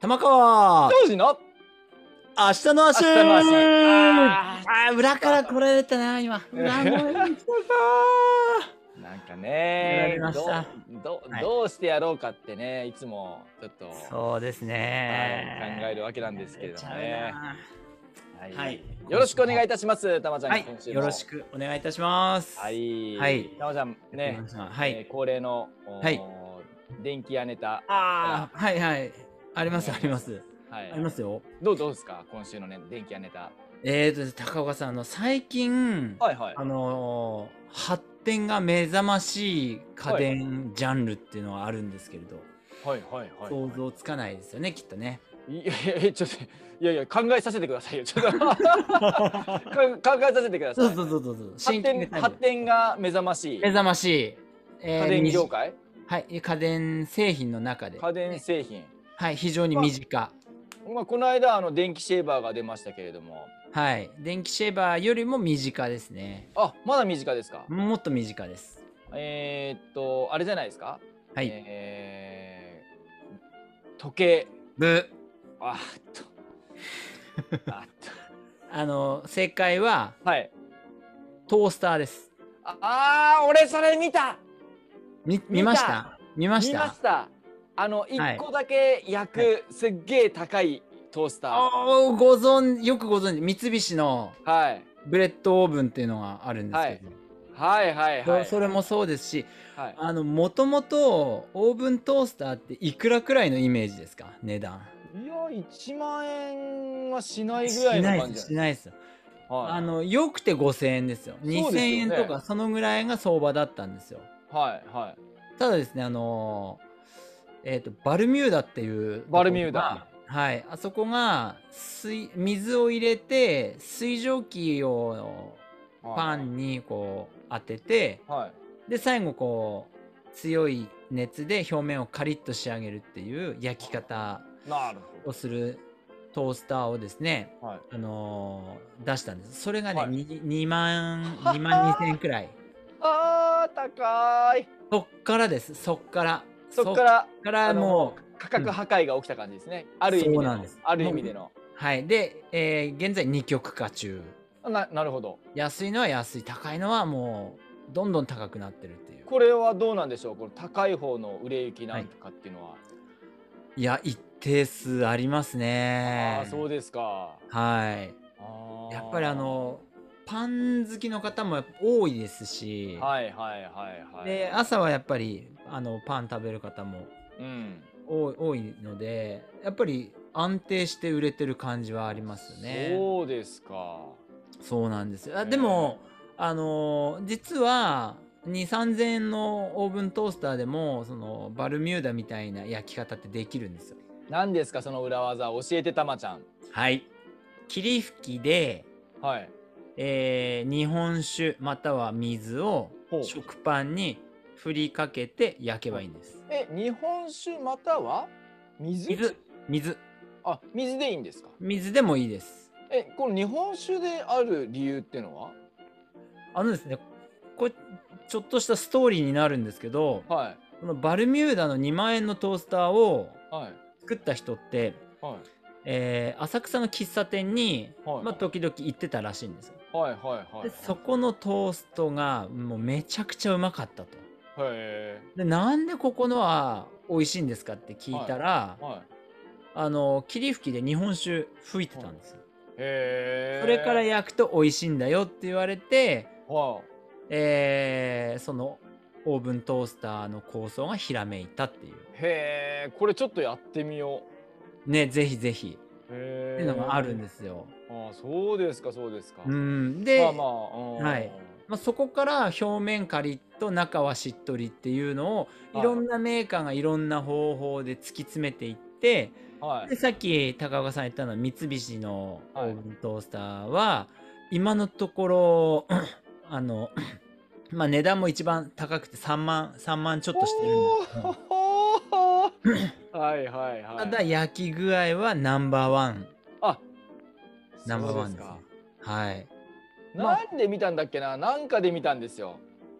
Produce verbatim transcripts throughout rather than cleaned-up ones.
玉川当時の明日の足明日の足ああー裏から来られたな今裏声に来たかーなんかやらねれましたどどはいどうしてやろうかってねいつもちょっと、 そうですはい、 ね考えるわけなんですけれどもね。はい、 はいよろしくお願いいたしますたまちゃん、 はい今週もよろしくお願いいたしますはい、 はいたまちゃんやってねみましたはいえー恒例の、おーはい電気屋ネタああはいはいありますお願いしまありますすはいありますよどうどうですか今週のね電気屋ネタ。 えーとですね高岡さんあの最近はいはいあのー発展が目覚ましい家電ジャンルっていうのがあるんですけれど、 はいはいはい想像つかないですよねきっとね。 いやいやいやちょっといやいや考えさせてくださいよちょっとか考えさせてください。 そうそうそうそうそう発シンキングタイム展発展が目覚ましい目覚ましい、えー家電業み界、 はい家電製品の中で家電製品、 はい非常に身近、 まあ、この間あの電気シェーバーが出ましたけれども、 はい電気シェーバーよりも身近ですね。 あまだ身近ですか。 もっと身近です。 えー、っとあれじゃないですか。 はい、 えー、時計。 ブあーっとあっあの正解はとはい。 トースターです。 ああー俺それ見たみ見ました見まし見たましたあのはい一個だけ焼く、すっげえ高いトースター。 おーご存よくご存知三菱のはいブレッドオーブンっていうのがあるんですけど、 はいはいはいそそれもそうですし、 はい。 あのもともとオーブントースターっていくらくらいのイメージですか値段。 いやいちまん円はしないぐらいの感じじゃしないですしないですよ。 ない。 あのよくてごせんえんですよ。 そうですよねにせんえんとかそのぐらいが相場だったんですよ。 はいはい。 ただですねあのえっ、とバルミューダっていうバルミューダところがはいあそこが水水を入れて水蒸気をパンにこう当ててはいで最後こう強い熱で表面をカリッと仕上げるっていう焼き方なるほをするトースターをですね、 ど。はい。 あのー出したんです。それがね、 はいににまんにまんにせんえんくらい。 あー高い。 そっからですそっからそっからそっからあのもう価格破壊が起きた感じですね。ある意味でのそうなんですある意味での。 はいで、えー現在二極化中。 ななるほど。 安いのは安い高いのはもうどんどん高くなってるっていう。 これはどうなんでしょう。この高い方の売れ行きなんとかっていうのは。 いや一定数ありますね。 ああそうですか。 はいあーやっぱりあのパン好きの方もやっぱ多いですし、 はいはいはいはい。 で朝はやっぱりあのパン食べる方もうん。 多い多いのでやっぱり安定して売れてる感じはありますよね。 そうですか。 そうなんですよ。あへーでもあの実はにせんさんぜんえんのオーブントースターでもそのバルミューダみたいな焼き方ってできるんですよ。 何ですかその裏技教えてたまちゃん。 はい霧吹きで、 はい。 えー日本酒または水をほう食パンに振りかけて焼けばいいんです。 え日本酒または水？ 水水あ水でいいんですか。 水でもいいです。 えこの日本酒である理由っていうのは？ あのですねこれちょっとしたストーリーになるんですけど、 はいこのバルミューダのにまんえんのトースターをはい作った人って、 はいえー浅草の喫茶店に、 はいまあ、時々行ってたらしいんですよ。 はいはいはい。 でそこのトーストがもうめちゃくちゃうまかったと。 へでなんでここのは美味しいんですかって聞いたら、 えはい。 あの霧吹きで日本酒吹いてたんですよ。 へえ。 それから焼くと美味しいんだよって言われて、 はえーそのオーブントースターの構想がひらめいたっていう。 あ、へえこれちょっとやってみよねぜひぜひう。へえ。 っていうのがあるんですよ。 ああそうですかそうですか。 うんで、 まあまあ、うんはいまあ、そこから表面カリッと中はしっとりっていうのをいろんなメーカーがいろんな方法で突き詰めていってはいでさっき高岡さん言ったのは三菱のオはいーブントースターは今のところあのまあ値段も一番高くてさんまんさんまんちょっとしてるんですけどおーはいはいはい。 ただ焼き具合はナンバーワンあナンバーワンですねそうですか。 はいまあなんで見たんだっけななんかで見たんですよ。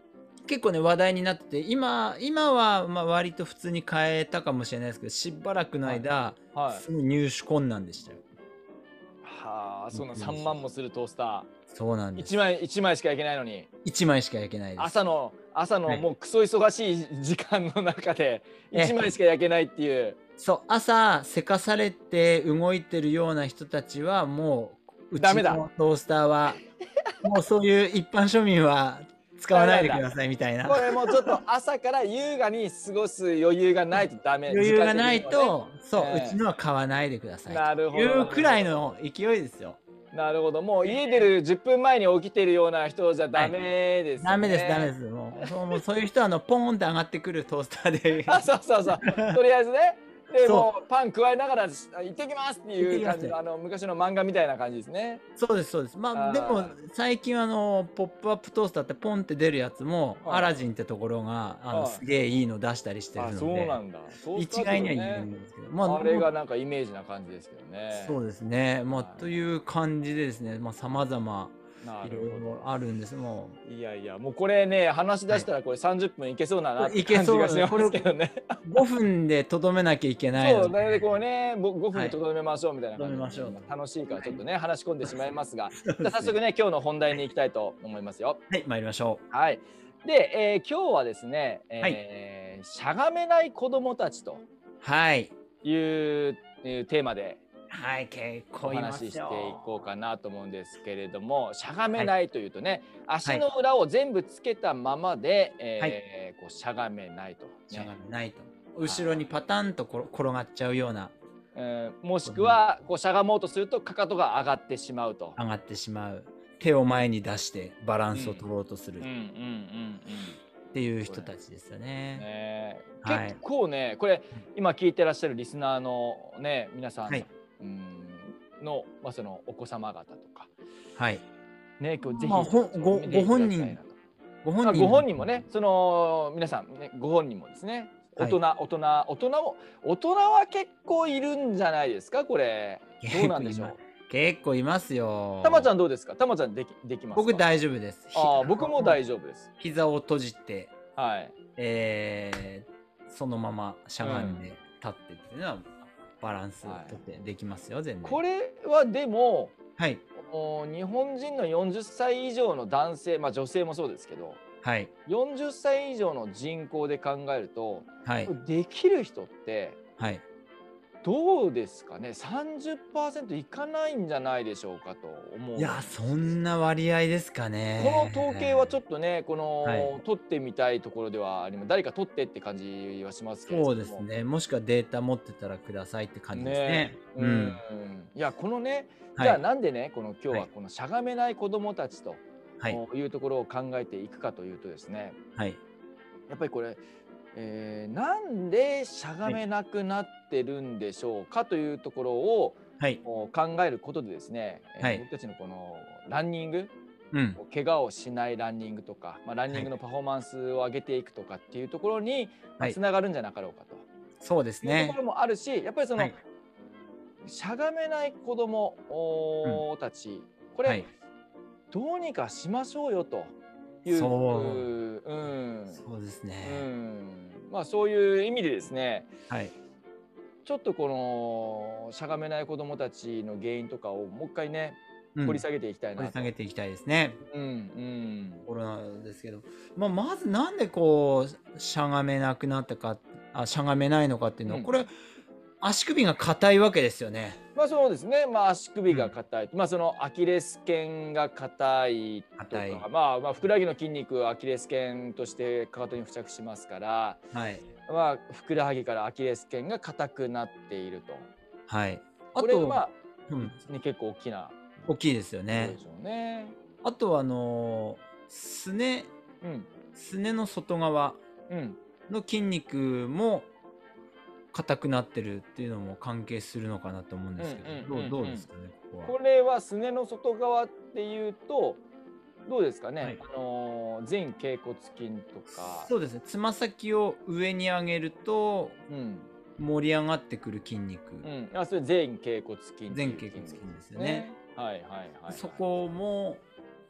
結構ね話題になってて、今今はまあ割と普通に買えたかもしれないですけど、しばらくのはい間、 はいすごい入手困難でしたよ。 はあ、そんな3 びっくりでした。 万もするトースター1 そうなんです。 枚いちまいしか焼けないのに、 いちまいしか焼けないです。 朝の朝のはい。 もうクソ忙しい時間の中で1 え、 枚しか焼けないっていう。 そう、朝せかされて動いてるような人たちはもう、うちダメだ。 のトースターはもうそういう一般庶民は使わないダメなんだ。 でくださいみたいな。 これもうちょっと朝から優雅に過ごす余裕がないとダメ。 余時間的裕がないにもね。 と、そう、うちえのは買わないでくださえ、 いとなるほどいうくなるほど。 らいの勢いですよ。 なるほど。もう家出るじゅっぷんまえに起きてるような人じゃダはい。 メですダメです、ダメでね。 す。もう、そう、もうそういう人はあのポーンって上がってくるトースターあ、 でそうそうそう。とりあえずね。で、 そう、 もうパン加えながら、し行ってきますっていう感じの、 行ってきますね。 あの、昔の漫画みたいな感じですね。 そうです、そうです。まあ、でもあ最近はあのポップアップトースターってポンって出るやつもあ、はい。 アラジンってところがあのすはい。 げえいいの出したりしてあ、 るので、 そうなんだ。トースターって一概には言えないことね。 んですけど、まあ、 あれもうがなんかイメージな感じですけどね。 そうですね。まあ、 はという感じでですね、まあ、様々 い。ないろいろるほど。 あるんです。もいやいや、もうこれね、話しう、はい。 出したらこれさんじゅっぷんいけそうだこれいなってけそうだね。 感じがしまこれすけどね。 ごふんでとどめなきゃいけないそう、 ので、 なのでこうね、ぼごふんはい。 でとどめましょうみたいなとど感じなんで、 めましょうと。 まあ、楽しいからはい。 ちょっとね、話し込んでしまいますが、 そうですね。 じゃあ早速ね、今日の本題に行きたいと思いますよ。 はい、参りましょう。 はい。で、えー今日はですね、 はい。 えーしゃがめない子供たちとはい。 いう、えーテーマではい、結お構います話ししていこうよ。 かなと思うんですけれども、しゃがめはい。 ないというとね、 はい。 足の裏を全部つけたままで、 はい。 えーこうしゃがめないとしゃね。 がめないと。後ろはにパタンところ転がっちゃうようなえーもし子供がくはこうしゃがもうとするとかかとが上がってしまうと。 上がってしまう。手を前に出してバランスをうん、 取ろうとするっうんうんうんうんていうこれ人たちですよね。 ね、結はい。 構ねこれ今聞いてらっしゃるリスナーのね皆さん、 はい。 うんの、まあ、そのお子様方とかはい。 ね今日ぜまあ、 ひほごご見ていた本人だきたいなと。 ご本まあ、ご人なんかも本人もねその皆さんねご本人もですね大人はい。 大人大人も大人は結構いるんじゃないですかこれ。どう結構いまなんでしょ結構いますう。たまちよ。 ゃんどうですか。たまちゃんできできます僕か。 大丈夫です。ひああ、 あ僕もの、もう大丈夫です。 膝を閉じて、 はい。 えーそのまましゃうん。 がんで立ってっていうのはバランスはい。 とってできますよ、全然。 これはでも、 はい。 お日本人のよんじゅっさい以上の男性、まあ女性もそうですけど、 はい。 よんじゅっさい以上の人口で考えると、 はい。 これできる人ってはい。 どうですかね。さんじゅっパーセントいかないんじゃないでしょうかと思うんいや、そです。 んな割合ですかこの統計はちょね。 っとね、こはい。 の取ってみたいところではあります。誰か取ってって感じはしますけれそうども。 ですね。もしくはデータ持ってたらくださいって感じですねね。 え、ううん。 ん。いや、このね、じゃあはい。 なんでね、この今日はい。 はこのしゃがめない子供たちとはい。 いうところを考えていくかというとですね、 はい。 やっぱりこれ、えーなんでしゃがはい。 めなくなってるんでしょうかというところをはい。 お考えることでですね、えーはい。 僕たちのこのランニング、 うん。 怪我をしないランニングとか、まあ、ランニはい。 ングのパフォーマンスを上げていくとかっていうところに、まあ、 はい。 つながるんじゃなかろうかとそうですね。 いうところもあるし、やっぱりそのはい。 しゃがめない子供うん。 おたち、これはい。 どうにかしましょうよという、 そう。 ううん、 そうですうね。 ん、まあそういう意味でですね、 はい。 ちょっとこのしゃがめない子供たちの原因とかをもう一回ね、 うん。 掘り下げていきたい掘りなと。 下げていきたいですね。 うんうんところなんですけど、まあ、まずなんでこうしゃがめなくなったか、あ、しゃがめないのかっていうのは、 うん。 これ足首が硬いわけですよね。 まあそうですね。まあ足首うん。 が硬い。まあそのアキレス腱が硬いとか、 硬い。 まあまあふくらはぎの筋肉はアキレス腱としてかかとに付着しますから、 はい。 まあふくらはぎからアキレス腱が硬くなっていると。 はい。あと、 これがまあ、 うん、 ね、結構大きな大きいですよね。 ところでしょうね。 あとはあのーすねうん。 すねの外側うん。 の筋肉も硬くなってるっていうのも関係するのかなと思うんうんうんですけど、どうどううんうん。 ですかね、ここは。 これはすねの外側っていうと、どうですかね。 はい。 あのー前脛骨筋とか、 そうですね。つま先を上に上げるとうん。 盛り上がってくる筋肉、 うん、あ、それ前脛骨筋っていう前脛骨筋筋肉でですよね。 すね。はいはいはいはい。 そこも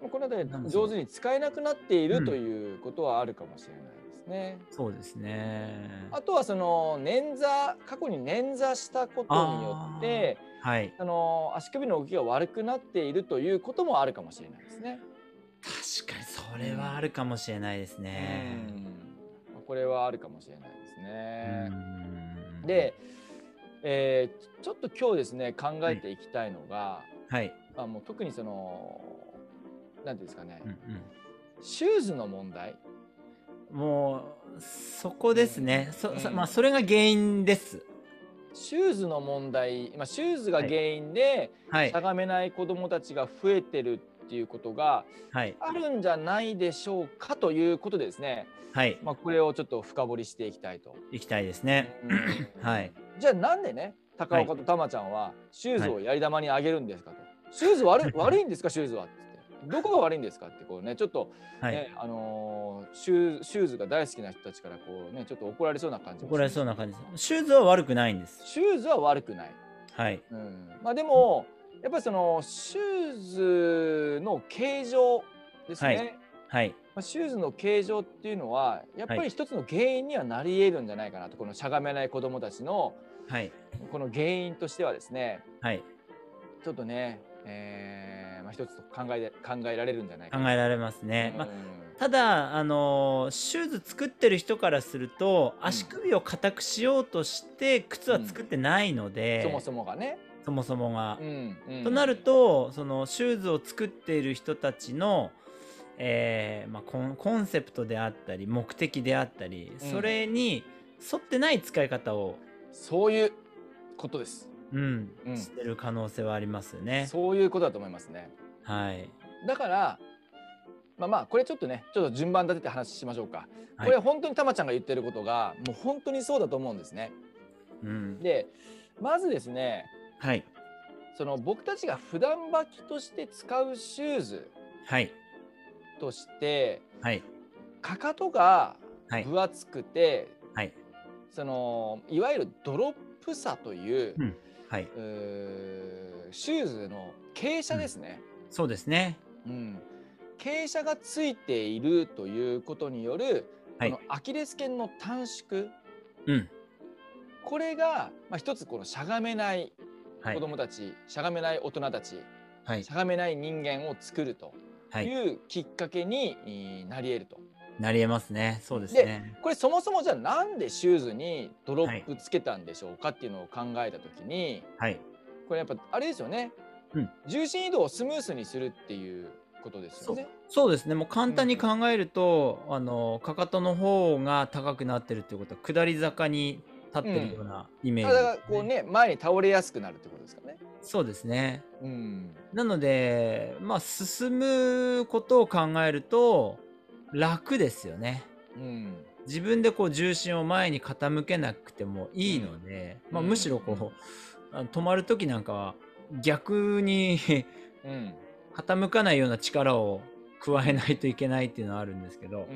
この辺なんでしょう。 り上手に使えなくなっていうるとん。 いうことはあるかもしれないですね。 そうですね。 あとはその捻挫過去に捻挫したことによっあて、 あ、はい。 あの、足首の動きが悪くなっているということもあるかもしれないですね。 確かにそれはあうん。 るかもしれないですうね。 ん。ま、これはあるかもしれないですうんうんうんうんうね。 ん。 で、ええ、ちょっと今日ですね、考えはい。 ていきたいのが、 はい。 あ、もう特にその、なんていうんですかね、 うんうん。 シューズの問題。 もう、そこうん、 ですね。そそま、 うん。 それが原因です。 シューズの問題、ま、シューズがはい。 原因ではい。 しゃがめない子供たちが増えてるっていうことがはい。 あるんじゃないでしょうかということでですね、 はい。 ま、これをちょっと深掘りしていきたいと。 行きたいですね。 うーん。 はい。 じゃあなんでね、高はい。 岡と玉ちゃんはシューはい。 ズをやり玉にあげるんですかと。シューズ悪悪いんですか、シューズはっつって。どこが悪いんですかってこうね、ちょっとはい。 ね、あの、シューシューズが大好きな人たちからこうね、ちょっと怒られそうな感じも怒られするし。 そうな感じです。シューズは悪くないんです。 シューズは悪くない。 はい。 うん。ま、でん。 も、やっぱりそのシューズの形状ですはい。 ね。 はい。 ま、シューズの形状っていうのは、やっはい。 ぱり一つの原因にはなり得るんじゃないかなと、このしゃがめない子供たちの、 はい。 この原因としてはですね、 はい。 ちょっとね、ええ、ま、一つと考えで考えられるんじゃないかなと。 考えられますうーね。ま、 ん。 ただ、あの、シューズ作ってる人からすると、 うん。 足首を硬くしようとして靴はうん。 作ってないのそもで、 そもがね。 そもそもが。 うんうとなるん。 と、そのシューズを作っている人たちの、ええ、ま、コンコンセプトであったり、目的であったり、そうん。 れに沿ってない使い方をそういうことです。 うん、 うん。 してる可能性はありますよね。 そういうことだと思いますね。 はい。 だから、ままあ、これちょっとね、ちょっと順番立てて話しましょうか。 はい。 これほんとに玉ちゃんが言ってることが、もうほんとにそうだと思うんですね。 うん。 で、まずですね、 はい。 その僕たちが普段履きとして使うシューズはい。 として、 はい。 かかとがはい。 分厚くて、 はい。 その、いわゆるドロップさという、 うん、はい。 うーシューズの傾うん。 斜ですね。 そうですね。 うん。傾斜がついているということによる、 はい。 このアキレス腱の短縮、 うん。 これが、まあ、一つこのしゃがめない子はい。 供たち、しゃがめない大人たち、 はい。 しゃがめない人間を作るとはい。 いうきっかけに、いなり得ると。 なり得ますね。そうですで、 ね。 これそもそもじゃあなんでシューズにドロッはい。 プつけたんでしょうかっていうのを考えた時に、 はい。 これやっぱあれですよね、 うん。 重心移動をスムースにするっていうことですよそう、 ね。 そうですね。もう簡単にうん。 考えると、あの、かかとの方が高くなってるっていうことは、下り坂に立ってるうん。 ようなイメージです体がこうね。 ね、前に倒れやすくなるってことですかね。 そうですね。 うん。 なので、まあ、進むことを考えると、楽ですよね。 うん。 自分でこう重心を前に傾けなくてもいいのうん。 で、まあ、むしうん。 ろこうん。 う、あの、止まる時なんかは、逆にうん。 傾かないような力を加えうん。 ないといけないっていうのはあるんですけど、 うん。うん。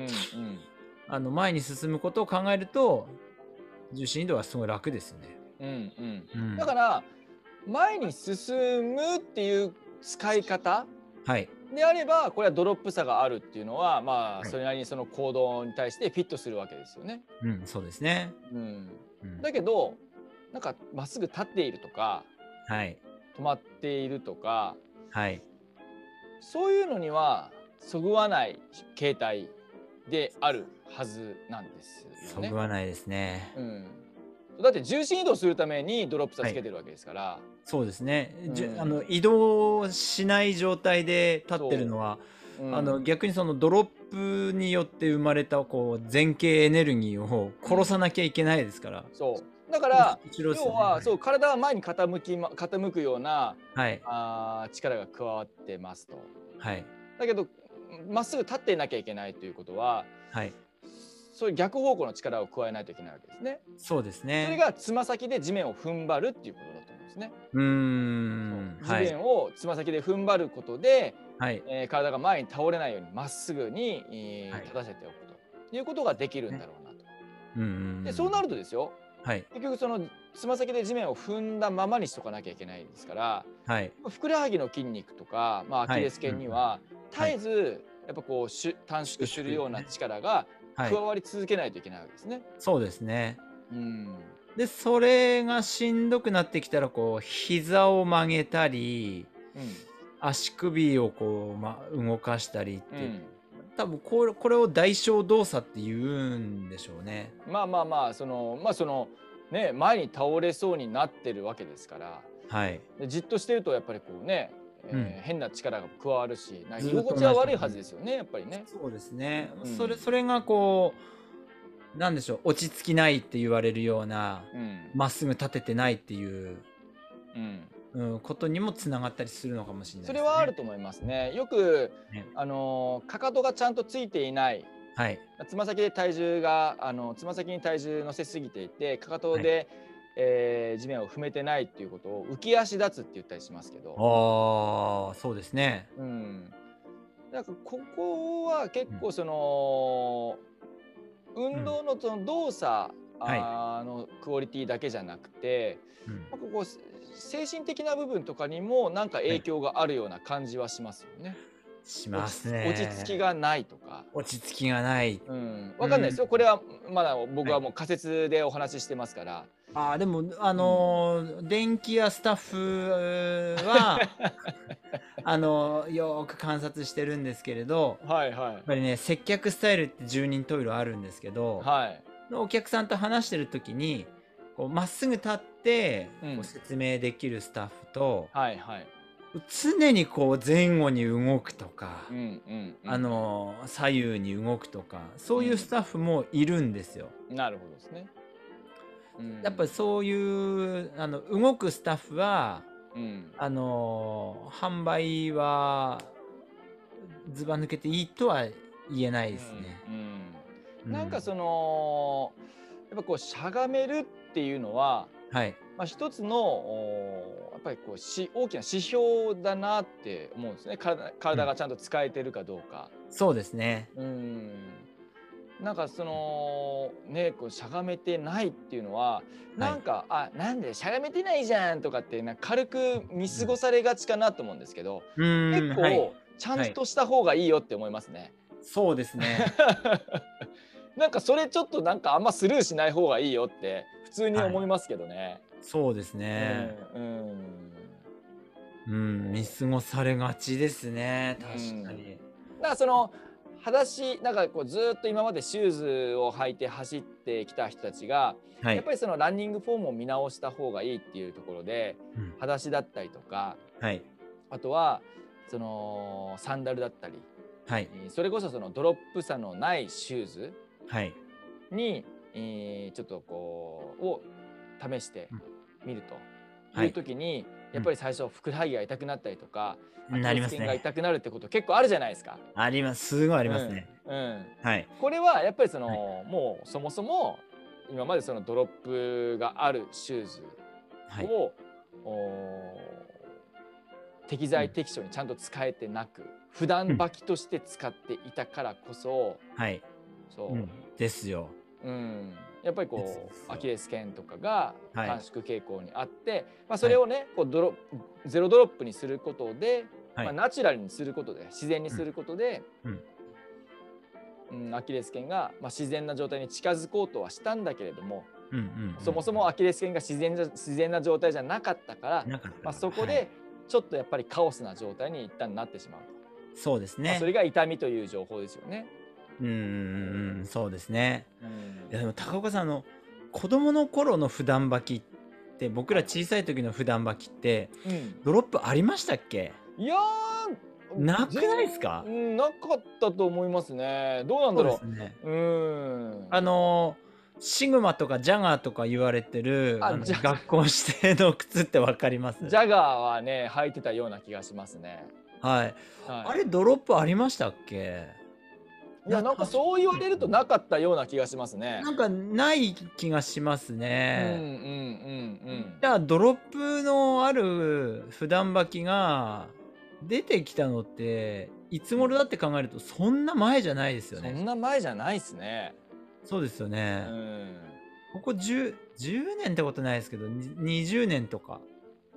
あの、前に進むことを考えると、重心移動はすごい楽ですよね。 うん。うん。 うん。 だから、前に進むっていう使い方はい。 であれば、これはドロップ差があるっていうのは、まあ、 はい。 それなりにその行動に対してフィットするわけですよね。 うん、そうですね。 うん。 うん。 だけど、なんかまっすぐ立っているとか、 はい。 止まっているとか、 はい。 そういうのにはそぐわない形態であるはずなんですよね。 そぐわないですね。 うん。だって重心移動するためにドロップ差はい。 つけてるわけですから。 そうですね。 うじゅあの、 ん。 移動しない状態で立ってるそのは、 う。うあの、 ん。 逆にそのドロップによって生まれたこう前傾エネルギーをうん。 殺さなきゃいけないですから。 そう。だから、 後ろですよね。 要は、 はい。 そう、体は前に傾きま傾くような、 はい。 あー力が加わってますと。 はい。 だけど、まっすぐ立っていなきゃいけないということは、 はい。 そういう逆方向の力を加えないといけないわけですね。 そうですね。 それがつま先で地面を踏ん張るっていうことだと思うんですね。 うーそん。 う。地はい。 面をつま先で踏ん張ることで、 はい。 えー体が前に倒れないようにまっすぐに、えーはい。 立たせておくということができるんね。 だろうなと。 うんうんうで、そうなん。 るとですよ、 はい。 結局そのつま先で地面を踏んだままにしとかなきゃいけないですから、 はい。 ふくらはぎの筋肉とか、まあ、アはい。 キレスうんうん。 腱には絶えずやっぱこうしゅ短縮するような力がはい。 加わり続けないといけないわけですね。 そうですね。 うん。 で、それがしんどくなってきたら、こう、膝を曲げたり、 うん。 足首をこう、ま、動かしたりって、 うん。 多分これこれを代償動作って言うんでしょうね。 まあまあまあそのまあそのね前に倒れそうになってるわけですから、 はい。 でじっとしてるとやっぱりこうね、 うん。 えー変な力が加わるし、なんか居ずっと心地は悪い同じとこに。 はずですよね、やっぱりね。 そうですね。 うん。 それそれがこう、なんでしょう、落ち着きないって言われるような、 うん。 まっすぐ立ててないっていう、 うん。 うん、ことにもつながったりするのかもしれないそれですね。 はあると思いますね。よくね。 あのかかとがちゃんとついていない、 はい。 つま先で体重があのつま先に体重乗せすぎていて、かかとはい。 で、えー地面を踏めてないっていうことを浮き足立つって言ったりしますけど、 ああ、そうですね。 うん、なんかここは結うん。 構そのうん。 運動のその動作はい。 あーのクオリティだけじゃなくて、 うん。 なんかこう精神的な部分とかにもなんかはい。 影響があるような感じはしますよね。 します落ち着落ち着きね。 がないとか。 落ち着きがない。 うん、 うん。 わかんないですよ。これはまだ僕はい。 はもう仮説でお話ししてますから。 ああ、でも、あうん。 の、電気屋スタッフは、あの、よーく観察してるんですけれど、 はいはい。 やっぱりね、接客スタイルってじゅうにんトイレあるんですけど、 はい。 お客さんと話してる時に、こうまっすぐ立って、 うん。 こう説明できるスタッフと、 はいはい。 常にこう前後に動くとか、 うんうんうあん。 の、左右に動くとか、そういうスうタッフもいるんですよ。 ん。なるほどですね。うやっぱりん。 そういう、あの、動くスタッフは、 うん。 あの、販売はずば抜けていいとは言えないうですね。 ん。うん。 うん。 なんかそのやっぱこうしゃがめるっていうのは、 はい。 まあ、一つのおやっぱりこうし大きな指標だなって思うんですね。体うん。 体がちゃんと使えてるかどうか。 そうですね。 うん。なんかそのねこうしゃがめてないっていうのははい。 なんか「あなんでしゃがめてないじゃん」とかってなんか軽く見うん。 過ごされがちかなと思うんですけど、 うーん、はい。 結構ちゃんはい。 とした方がいいよって思いますね。 そうですね。 なんかそれちょっとなんかあんまスルーしない方がいいよって普通にはい。 思いますけどね。 そうですうんね。 うん。 うん、見そ過ごされがちですね、 う。う確かん。 に。 だからその裸足なんかこうずっと今までシューズを履いて走ってきた人たちがはい。 やっぱりそのランニングフォームを見直した方がいいっていうところでうん。 裸足だったりとか、 はい。 あとはそのサンダルだったり、 はい。 えーそれこそそのドロップ差のないシューズはい。 に、えーちょっとこうを試してうん。 みるというはい。 時にやうん。 っぱり最初ふくらはぎが痛くなったりとかアキなレス腱がりますね。 痛くなるってこと結構あるじゃないですか。 あります。すごいありうん、 ますね。 うん。 はい。 これはやっぱりそはい。 のもうそもそも今までそのドロップがあるシューズはい。 をお適うん。 材適所にちゃんと使えてなく普段うん。 履きとして使っていたからこそはい。うそん。ですよ。 う、うん、やっぱりですでこうアキすよ。 レス腱とかがはい。 短縮傾向にあって、まあ、そはい。 れをねこうドロゼロドロップにすることで、まあ、 はい。 ナチュラルにすることで自然にうん。 することでうん。 うん、アキレス腱が、まあ、自然な状態に近づこうとはしたんだけれども、 うんうんうんそもそもアキレス腱が自然じゃ自然な状態じゃなかったから、 うん。なかったまあ、 から、はい。 そこでちょっとやっぱりカオスな状態に一旦なってしまうと。 そうですまあ、そね。 れが痛みという情報ですよね。 うんうんううんうん、 ん。 そうですね。 ういやでもん。 高岡さん、あの、子供の頃の普段履きって、僕らはい。 小さい時の普段履きって、 うん。 ドロップありましたっけ？ いやー、 なくないですか？ 全ん、なかったと思いますね。どうなんそうでだろすね。 う。うーあん。 の、シグマとかジャガーとか言われてる、 あ、 あの、 じゃ学校指定の靴って分かります？ ジャガーはね、履いてたような気がしますね。 はい。 はい。 あれドロップありましたっけ？ いや、 な、 なんか確そう言われるとかに。 なかったような気がしますね。 なんかない気がしますうんうんうんうね。 ん。 じゃあ、ドロップのある普段履きが出てきたのって、いつうん。 頃だって考えると、そんな前じゃないですよね。 そんな前じゃないっすね。 そうですようね。 ん。 ここじゅう、じゅうねんってことないですけど、ににじゅうねんとか。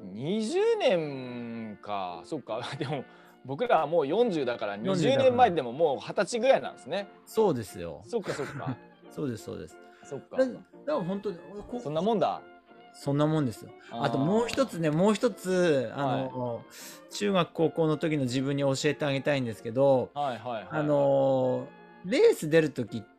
にじゅうねんか、そっか。でも僕らはもうよんじゅうだから20 よんじゅうだから年前でももうはたちぐらいなんですね。 そうですよ。 そっかそっか。 そうですそうです。 そっか。 だだから本当にこそんなもんだ。 そんなもんですよ。 ああともう一つね、もう一つ、あはいの、中学高校の時の自分に教えてあげたいんですけど、 はいはいはい。 あの、レース出る時って、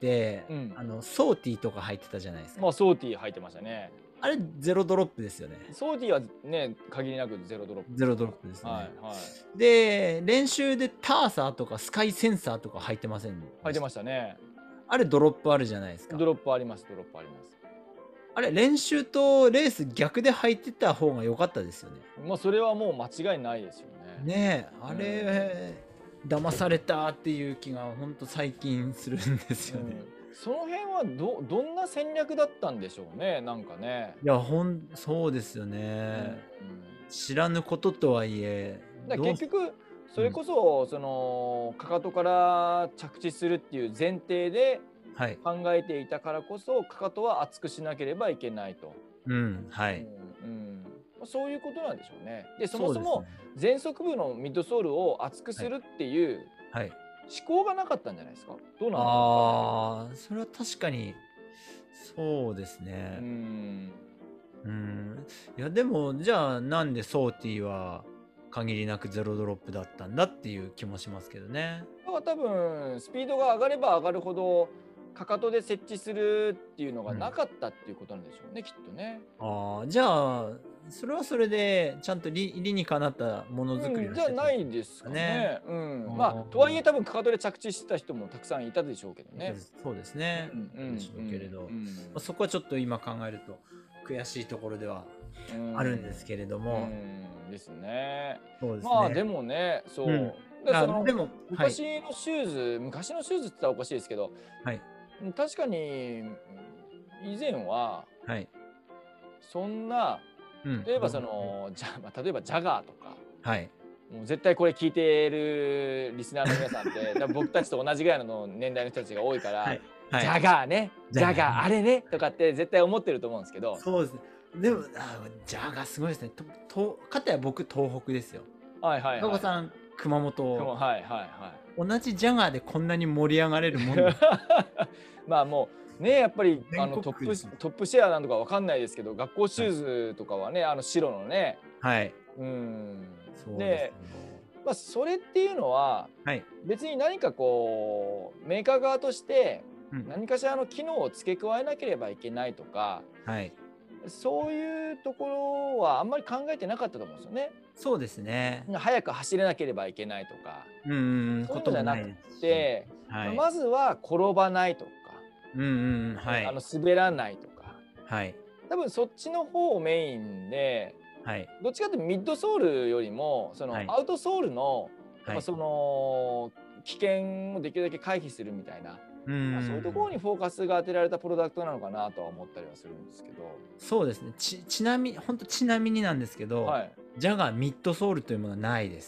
うんあの、ソーティーとか入ってたじゃないですか。 まあソーティー入ってましたね。 あれ、ゼロドロップですよね。 ソーティーはね、限りなくゼロドロップ。 ゼロドロップですね。 はいはい。 で、練習でターサーとかスカイセンサーとか入ってませんね。 入ってましたね。 あれ、ドロップあるじゃないですか。 ドロップあります、ドロップあります。 あれ、練習とレース逆で入ってた方が良かったですよね。 まあそれはもう間違いないですよね。 ねえ、あれ、騙されたっていう気が本当最近するんですよね。 うん、その辺はどどんな戦略だったんでしょうね、なんかね。 いや、ほん、そうですようんね。 うん知らぬこととはいえ、 だどうから結局それこそ、そのかかとから着地するっていう前提ではい。 考えていたからこそかかとは厚くしなければいけないと、 うん、はうんい。 うんまあそういうことなんでしょうね。でそそうですもそもね。 前足部のミッドソールを厚くするっていうはい。 思考がなかったんじゃないですか。どうなんだろああ、それは確かに、そうですう。うね。 んうん。いや、でも、じゃあ、なんでソーティーは限りなくゼロドロップだったんだっていう気もしますけどね。 だから多分スピードが上がれば上がるほどかかとで設置するっていうのがなかったっていうことなんでしょうね、きっとね。 ああ、じゃあ、それはそれで、ちゃんと理理にかなったものづくりうん、 をしてたじゃないですかね。 ね。 うん、 あーまあとはいえ多分かかとで着地してた人もたくさんいたでしょうけどね。 そうですね。 うんでしょうけれど、 うんまあ、そこはちょっと今考えると悔しいところではうんあるんですけれども、 うんですね。 そうですね。 まあでもね、そう。 うんだからそのあでも、はい、 昔のシューズ、昔のシューズって言ったらおかしいですけど、 はい、 うん確かに以前ははい。 そんなうん例えばそ、のじゃまあ例えばジャガーとか。 はい、 もう絶対これ聞いてるリスナーの皆さんって多分僕たちと同じぐらいの年代の人たちが多いから、 はい、はいジャガーねジジャガーャガーあれねとかって絶対思ってると思うんですけど、 そうですね。でも、あジャガーすごいですね。と、と、かたや僕、東北ですよ。 はいはいはい。 高さん、熊でも本。 はいはいは同じジャガーでこんなに盛り上がれるもんいです。 まあもうねやっぱりあの全トッ国区ですプトップシェアなんとかわかんないですけど、学校シューズとかはねあの白のね、 はい。 うんそうでですね。 まあそれっていうのははい。 別に何かこうメーカー側としてうん。 何かしらの機能を付け加えなければいけないとか、 はい。 そういうところはあんまり考えてなかったと思うんですよね。 そうですね。 早く走れなければいけないとか、 うんうんうん。 そういうことものじゃなくですし。 て、 はい。 まずは転ばないとか、 うんうんうん。はい。 あの滑らないとか、 はい。 多分そっちの方をメインで、 はい。 どっちかというとミッドソールよりもそのはいアウトソールの、 はいまあ、その危険をできるだけ回避するみたいな、 うんまあ、そういうところにフォーカスが当てられたプロダクトなのかなとは思ったりはするんですけど、 そうですね。ち、ちなみに、本当ちなみになんですけど、 はい、 ジャガーミッドソールというものはないです。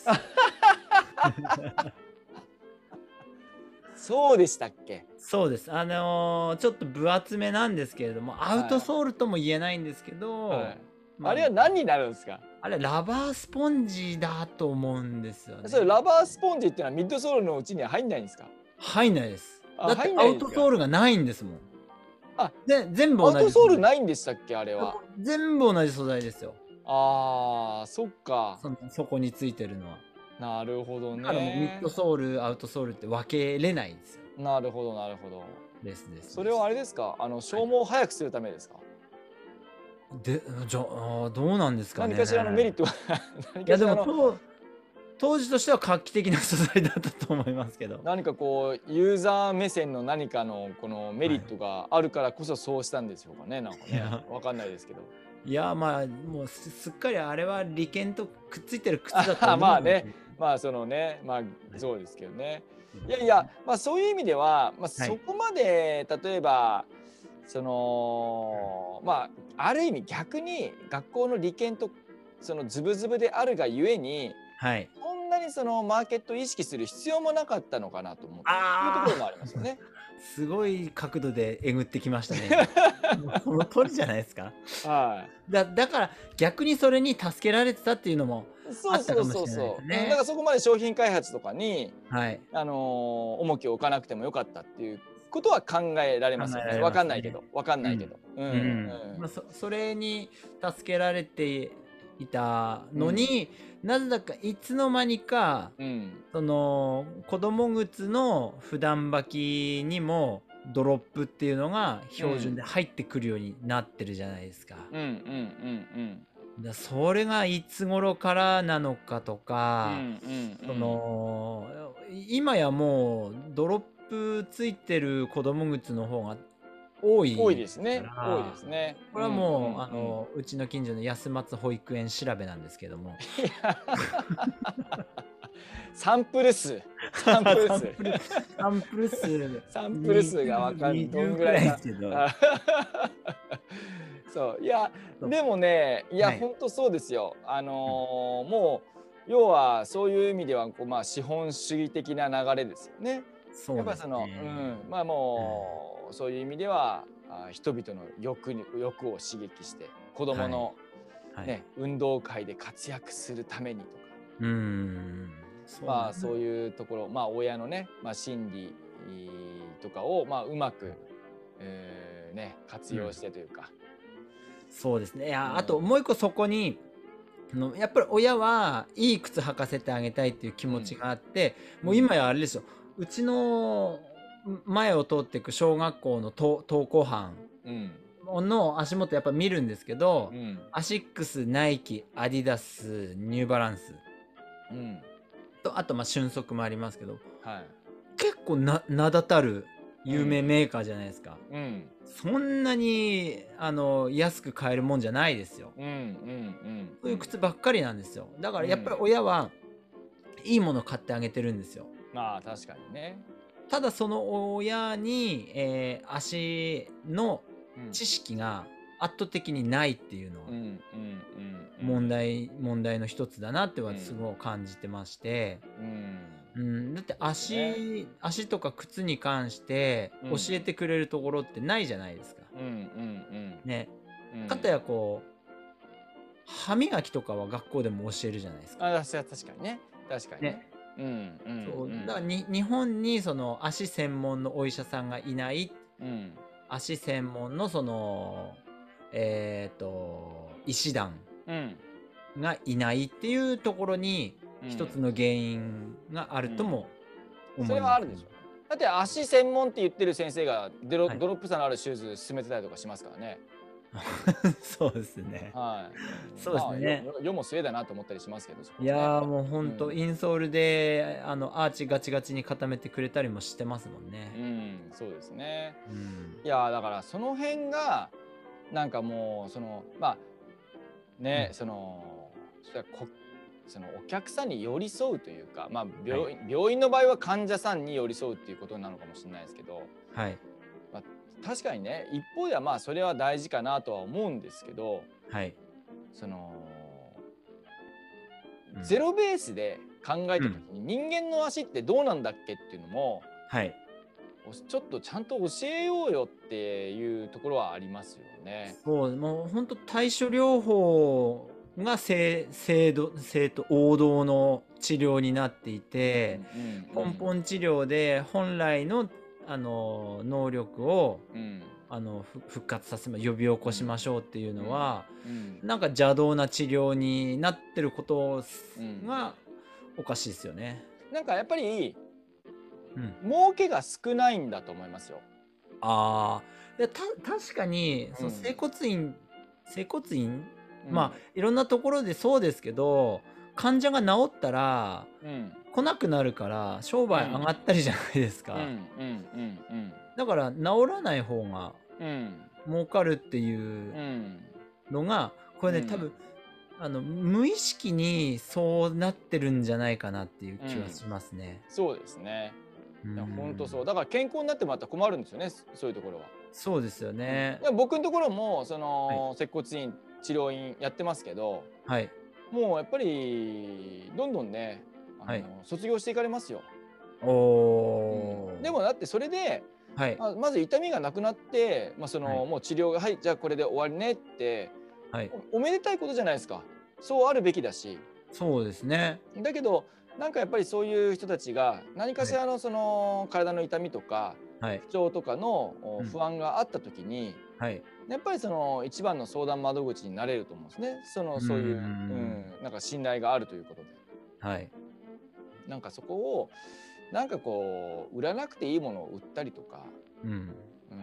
そうでしたっけ。 そうです。あのーちょっと分厚めなんですけれども、アウトソールとも言えないんですけど、 はいまあれは何になるんですか。 あれラバースポンジだと思うんですよね。 それラバースポンジっていうのはミッドソールのうちには入んないんですか。 入んないです。 あだってアウ入んないですかトソールがないんですもん。 あで、全部アウ同じ。 トソールないんでしたっけあれは。 全部同じ素材ですよ。 あーそっか。 そのそこについてるのは。 なるほどだからもうミッねド。ソール、アウトソールって分けれないんですよ。 なるほどなるほど。 ですです。 それはあれですか、あの消耗を早くするためですか。 で、じゃあーどうなんですかね。 何かしらのメリットは何いやでかしらのも当当時としては画期的な素材だったと思いますけど。 何かこうユーザー目線の何かのこのメリットがあるからこそそうしたんでしょうかね、なんかねいやわかんないですけど。 いやまあもうすすっかりあれは利権とくっついてる靴だと思うあまあね。まあそのねまあそうですけどね。いやいやまあそういう意味では、まあ、そこまで例えばそのまあある意味逆に学校の利権とそのズブズブであるがゆえにはい。 そんなにそのマーケットを意識する必要もなかったのかなと思ってあーいうところもありますよね。 すごい角度でえぐってきましたね。もうその通りじゃないですか。 はだだから逆にそれに助けられてたっていうのもい。 あったかそうそうそうもしれないでそう。うん、だかすね。 らそこまで商品開発とかに、 はい。 あのー重きを置かなくてもよかったっていうことは考えられますよね。わ考えられますね。 かんないけど、わかんうん。 ないけど。うんうん。 うんまあ、そそれに助けられていたうん。 のに、なぜだかいつの間にか、 うん。 その子供靴の普段履きにもドロップっていうのが標準で入ってくるようになってるじゃないですか。 うんうんうんだそれがいつ頃からなのかとうん。うんか、 うんうそん。 の今やもうドロップついてる子供靴の方が多多いいかですね。多いでら、 すね。 これはうんうんもうあうん。 のうちの近所の安松保育園調べなんですけども。 いやサンプル数、サンプル数。 サンプルサンプル数サンプル数がわにじゅう、 かんどんにじゅうくらいでぐらいか。 すけど。 あそう、いや、 そう。 でもね、いや、 はい。 ほんとそうですよ。あの、 うん。 もう、要はそういう意味では、こう、まあ、資本主義的な流れですよね。 そうですやっぱその、うね。 ん、まあ、 うん。 もう、そういう意味では、あ、人々の欲に欲を刺激して、子供はい。 のはい。 ね、運動会で活躍するためにとか、 うーん。そうまあ、 なんそういうところ、まあ、親のね、まあ、心理とかを、まあ、うまく、えーね、活うん。 用してというか。 そうですね。いや、あとうん、 もう一個そこに、あの、やっぱり親はいい靴履かせてあげたいっていう気うん、 持ちがあって、 うん、 もう今やあれですよ。うちの前を通っていく小学校の登登校班うん、 の足元やっぱ見るんですけど、 うん、 アシックス、ナイキ、アディダス、ニューバランスうん、 と、あとまあ俊足もありますけど、 はい。 結構な名だたる有名うん、 メーカーじゃないですか。 うん、 そんなにあの安く買えるもんじゃないですよ。 うん、うん、 そういううん、 靴ばっかりなんですよ。だからやっぱりうん。 親はいいもの買ってあげてるんですよ。 まあ、確かにね。 ただその親に、えー足のうん、 知識が圧倒的にないっていうのはうん、うん、うん、うん、 問題問題の一つだなってはすうん、 ごい感じてまして、 うん。 うん、だってそうですね。 足足とか靴に関して教うん、 えてくれるところってないじゃないですか。 うん、うん、 ね。 うん、うん。 かたやこう歯磨きとかは学校でも教えるじゃないですか。 あ、確かにね。確かにね。 ね。 うん、うん、 そううん、 だからに日本にその足専門のお医者さんがいない、 うん、 足専門のそのえっと医師団うん、 がいないっていうところにうん、 一つの原因があうん。 るともそ思いますね。 れはあるでしょ。だって足専門って言ってる先生がドロはい。 ドロップ差のあるシューズ勧めてたりとかしますからね。 そうですね。 はい。 そうですまあ、よね。 よ世も末だなと思ったりしますけど、そこいはね。 やーもうほんとうん。 インソールであのアーチガチガチに固めてくれたりもしてますもんね。 うん、そうですね。 うん。 いや、だからその辺が、なんかもう、その、まあ、ね、 うん。 その、それはこそのお客さんに寄り添うというか、まあ、 はい。 病院病院の場合は患者さんに寄り添うっていうことなのかもしれないですけど、 はい。 まあ、確かにね、一方ではまあそれは大事かなとは思うんですけど、 はい。 そのうん。 ゼロベースで考えうん。 た時に人間の足ってどうなんだっけっていうのもはい。 ちょっとちゃんと教えようよっていうところはありますよね。 そう、もうほんと対処療法がせい制度正と王道の治療になっていうんて、根うん本治療で本来のあの能力をうんうんあのふ復活させま呼び起うんこしましょうっていううんのは、 うんなんか邪道な治療になってることうん。 がおかしいですよね。 なんかやっぱりうん。 儲けが少ないんだと思いますよ。 ああ、で、た確かに、その整うん骨院整骨院、まあ、 うんいろんなところでそうですけど、患者が治ったらうん来なくなるから、商売上うんがったりじゃないですうんうか。 んうんだから治らない方がうん儲かるっていううんのが、これね、多うん分、あの、無意識にそうなってるんじゃないかなっていううん。 気はしますね。 そうですね。 うーいや本当そん。 う。だから健康になってもらったら困るんですよね、そそういうところは。 そうですようん。 ね。 でも僕のところもそはい。 の接骨院、治療院やってますけど、 はい。 もうやっぱりどんどんね、あはい。 の卒業していかれますよ。 おうん。でお。 もだってそれではい。 まあ、まず痛みがなくなって、まあ、その、 はい。 もう治療が、はい、じゃあこれで終わりねって、 はい。 おおめでたいことじゃないですか。そうあるべきだし。 そうですね。 だけど、なんかやっぱりそういう人たちが、何かはい。 しらのその体の痛みとか、 はい。 不調とかのおうん。 不安があった時に、 はい。 やっぱりその一番の相談窓口になれると思うんですね。その、 うーそういう、うん。 ん、なんか信頼があるということで。 はい。 なんかそこを、なんかこう、売らなくていいものを売ったりとか、 うん。 うん、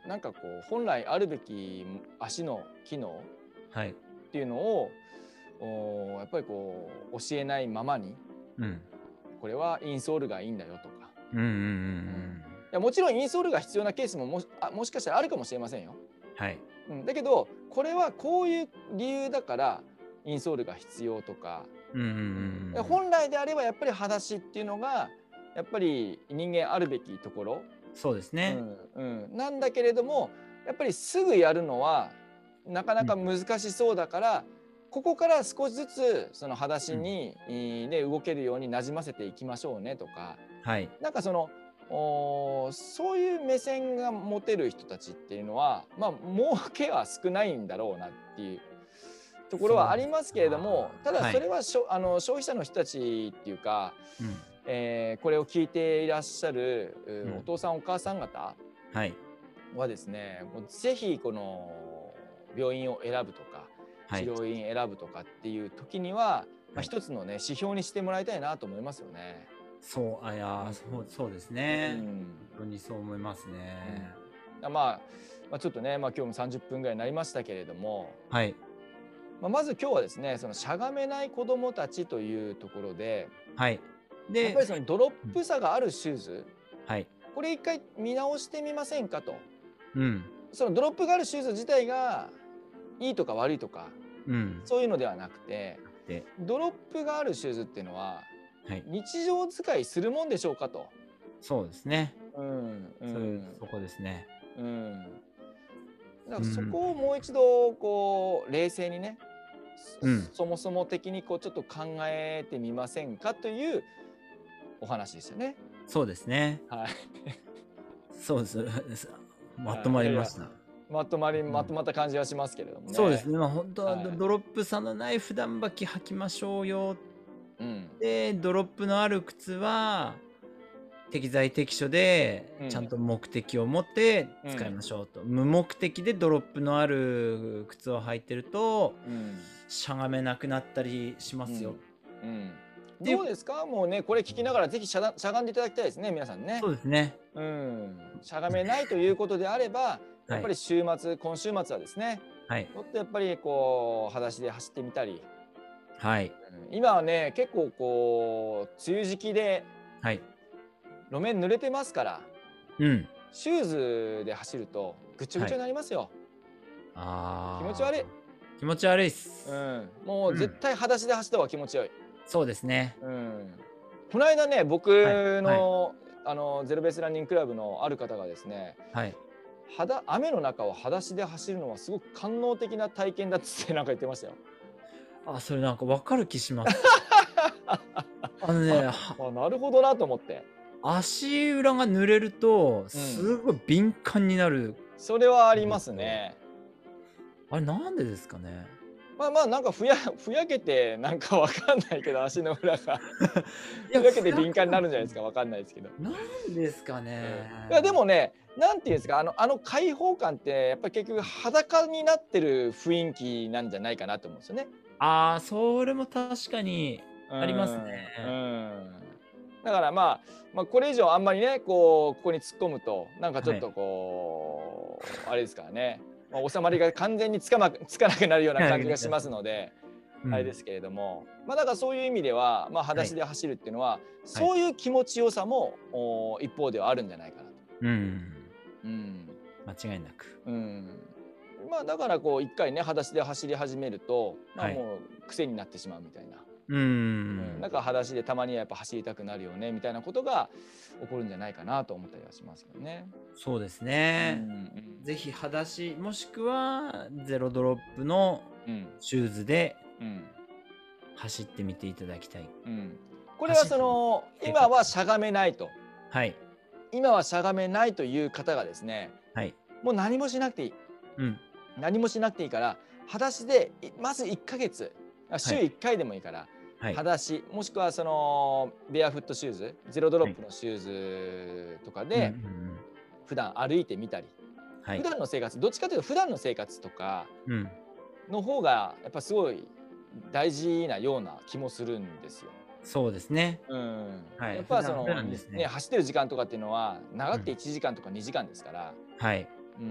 なんかこう、本来あるべき足の機能はい。 っていうのを、おやっぱりこう、教えないままに、 うん。 これはインソールがいいんだよとか。 うんうんうんううん、いん。 やもちろんインソールが必要なケースももしあもしかしたらあるかもしれませんよ。 はい。 うん、だけどこれはこういう理由だからインソールが必要とか、 うんうんうんうん、 うん。 本来であればやっぱり裸足っていうのがやっぱり人間あるべきところ、 そうですうね。 んうん、なんだけれどもやっぱりすぐやるのはなかなうん。 か難しそうだから、ここから少しずつその裸うん。 足に、いね、動けるようになじませていきましょうねとか。 はい。 なんかその、おそういう目線が持てる人たちっていうのは、まあ、儲けは少ないんだろうなっていうところはそうですありますけれども、 か。 ただはい。 それはしょあの消費者の人たちっていうか、 うん。 えーこれを聞いていらっしゃるうん。 うお父さんお母さん方はい。 はですね、もうぜひこの病院を選ぶとかはい。 治療院選ぶとかっていう時には、まあ、 はい。 一つのね指標にしてもらいたいなと思いますよね。 そう、あ、いやー、 うんそうそうですうね。 ん本当にそう思いますうんね。 あまあ、まあ、ちょっとね、まあ、今日もさんじゅっぷんぐらいになりましたけれども、 はい。 まあ、まず今日はですね、そのしゃがめない子どもたちというところで、 はい。で、 やっぱりそのドロッうん。 プさがあるシューズ、 はい。 これ一回見直してみませんかと。 うん。 そのドロップがあるシューズ自体がいいとか悪いとか、 うん。 そういうのではなくて、 で、 ドロップがあるシューズっていうのは、 はい。 日常使いするもんでしょうかと。 そうですね。 うんうそういう、 んそこですね。 うん。だからそうん。 こをもう一度こう冷静にね、 うん。 そそもそも的にこうちょっと考えてみませんかというお話でしたね。 そうですね。 はい。 そうです。まとはい、いやいや、 まりました。 まとまりうん。 まとまった感じはしますけれどもね。 そうですね。まあ、本当ははい。 ドドロップ差のない普段履き履きましょうよ。 うん。 で、ドロップのある靴は、適材適所で、 うん。 ちゃんと目的を持って使いうん。 ましょうと。無目的でドロップのある靴を履いてると、 うん。 しゃがめなくなったりしますよ。 うん。うん。 で、 どうですか？もうね、これ聞きながらぜひしゃがしゃがんでいただきたいですね、皆さんね。 そうですね。 うん。しゃがめないということであれば、やっはい。 ぱり週末今週末はですね、 はい。 ちょっとやっぱりこう裸足で走ってみたり、 はい。 うん、今はね、結構こう梅雨時期ではい。 路面濡れてますから、 うん。 シューズで走るとぐちょぐちょにはい。 なりますよ。気持ちあ悪い。 あ、気持ち悪いっす。 うん。もううん。 絶対裸足で走った方が気持ちよい。 そうですね。 うん。この間ね、僕はい。はい。 のあのゼロベースランニングクラブのある方がですね、 はい。 肌雨の中を裸足で走るのはすごく官能的な体験だっつってなんか言ってましたよ。 あ、それなんかわかる気します。あのね、 あ、 はあ、なるほどなと思って。 足裏が濡れると、 うん。 すごい敏感になるそれはありますんですよ。 ね。 あれなんでですかね？ まあまあ、なんかふやふやけてなんかわかんないけど、足の裏がいや、 ふやけてふや敏感にかなくてなるんじゃないですか、わかんないですけど。 なんですかうん。いね？ やでもね、なんていうんですか、あのあの開放感ってやっぱり結局裸になってる雰囲気なんじゃないかなと思うんですよね。 ああ、それも確かにうありますん、うね。 ん。だからまあ、まあ、これ以上あんまりね、こう、ここに突っ込むと、なんかちょはい。 っとこう、あれですからね、まあ、収まりが完全につかまつかなくなるような感じがしますので、 うん。 あれですけれども、まあ、だからそういう意味では、まあ、裸はい。 足で走るっていうのは、 はい。 そういう気持ちよさも、お一方ではあるんじゃないかなと。 うん。 うん。 間違いなく。 うん。まあ、だからこう一回ね、裸足で走り始めると、まあ、 はい。 もう癖になってしまうみたいな。 うーうん、 ん。 なんか裸足でたまにはやっぱ走りたくなるよねみたいなことが起こるんじゃないかなと思ったりはしますけどね。 そうですうんね。 うんぜひ裸足、もしくはゼロドロップのうんシューズでうん走ってみていただきたい。 うん。これは走ってその生活。 今はしゃがめないと。 はい。 今はしゃがめないという方がですね、 はい。 もう何もしなくていい。 うん。 何もしなくていいから、裸足でいまずいっかげつ、あ週はい。 いっかいでもいいから、 はい。 裸足、もしくはそのベアフットシューズ、ゼロドロはい。 ップのシューズとかうんうんうでん。 普段歩いてみたり、普はい。 段の生活、どっちかというと普段の生活とかうん。 の方がやっぱすごい大事なような気もするんですよ。 そうですね。 うん、 はい。 やっ普段普ぱその、にね、 段ですね。 走ってる時間とかっていうのは長くてうん。 いちじかんとかにじかんですから、 はい。 うん、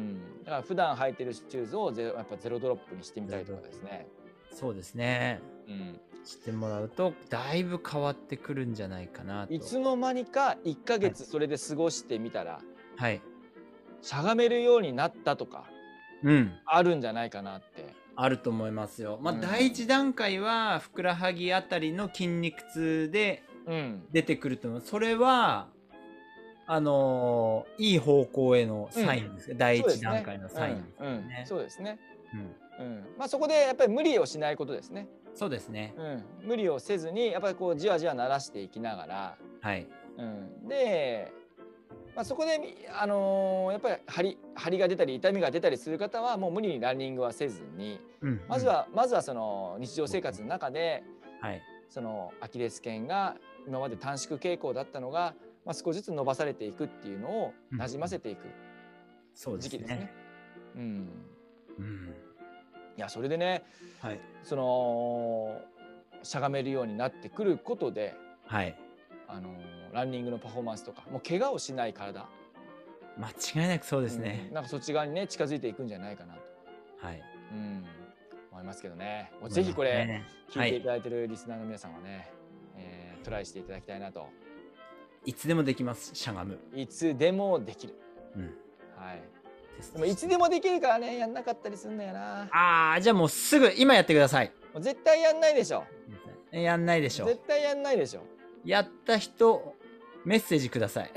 だから普段履いてるシューズをゼロやっぱゼロドロップにしてみたりとゼロドロップ。 かですね。 そうですね。 うん、 してもらうと、だいぶ変わってくるんじゃないかなと。 いつの間にか1ヶはい。 月それで過ごしてみたら、 はい。 しゃがめるようになったとかうん。 あるんじゃないかなって。 あると思いますよ。まあ、 うん、 第一段階はふくらはぎあたりの筋肉痛でうん、 出てくると思う。それは、あのーいい方向へのうん、 サインです。第一段そうですね。 階のサインうん、 ですうん、 ね。 そうですね。 うん。 うん、まあそこでやっぱり無理をしないことですね。 そうですね。 うん、無理をせずにやっぱりこうじわじわ慣らしていきながら、 はい。 うん、で、まあ、そこでみあのーやっぱり張り張りが出たり痛みが出たりする方はもう無理にランニングはせずに、 うんうまずん。 はまずはその日常生活の中ではい。 そのアキレス腱が今まで短縮傾向だったのが、まあ、少しずつ伸ばされていくっていうのをうんなじうん。 ませていくそうで時期ですね。 すね。 うん、 うん。 いやそれでね、 はい。 そのしゃがめるようになってくることで、 はい。 あのーランニングのパフォーマンスとかもう怪我をしない体、 間違いなくそうでうん、 すね。 なんかそっち側にね近づいていくんじゃないかなと、 はい。 うん、思いますけどね。もう思いまぜひこれすね。 聞いていはい。 ただいてるリスナーの皆さんはね、えートライしていただきたいなと。 いつでもできます、しゃがむ。 いつでもできる。 うん。 はい。 テスでもいつトしてみて。 でもできるからね、やんなかったりすんだよな。 ああ、じゃあもうすぐ今やってください。 もう絶対やんないでしょ。 やんないでしょう。 絶対やんないでしょ。 やった人、メッセージください。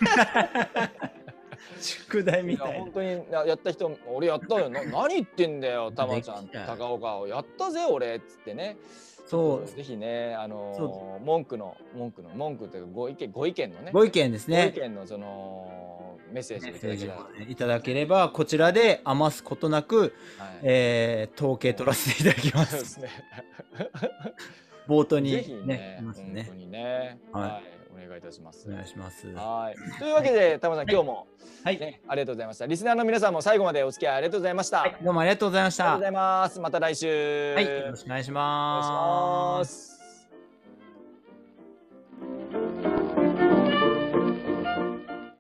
宿題いやみたいな。 本当にややった人、俺やったよ。な何言ってんだよ、たまでちゃん、 きた。 高岡。やったぜ俺っつってね。ちょっそう、 とぜひね、あそうのー文句の文句の文句というかご意見ご意見のね、 ご意見ですご意ね。 見のそのメッセージをいたメッセージをだけたらと。 いただければ、こちらで余すことなく、 はい。 えー統計取らせていただきます。 そうですね。 冒頭ぜにね、 ひね、 いますね。 本当にね、 はい。 はい、お願いいたします。 お願いします。ははい。というわけで、タマさん、 い。 今日もはい。 ね、ありがとうございました。リスナーの皆さんも最後までお付き合いありがとうございました。あはい。どうもありがとうございました。 りがとうございます。また来はい。よ週。 ろしくお願いしお願いします。 ます。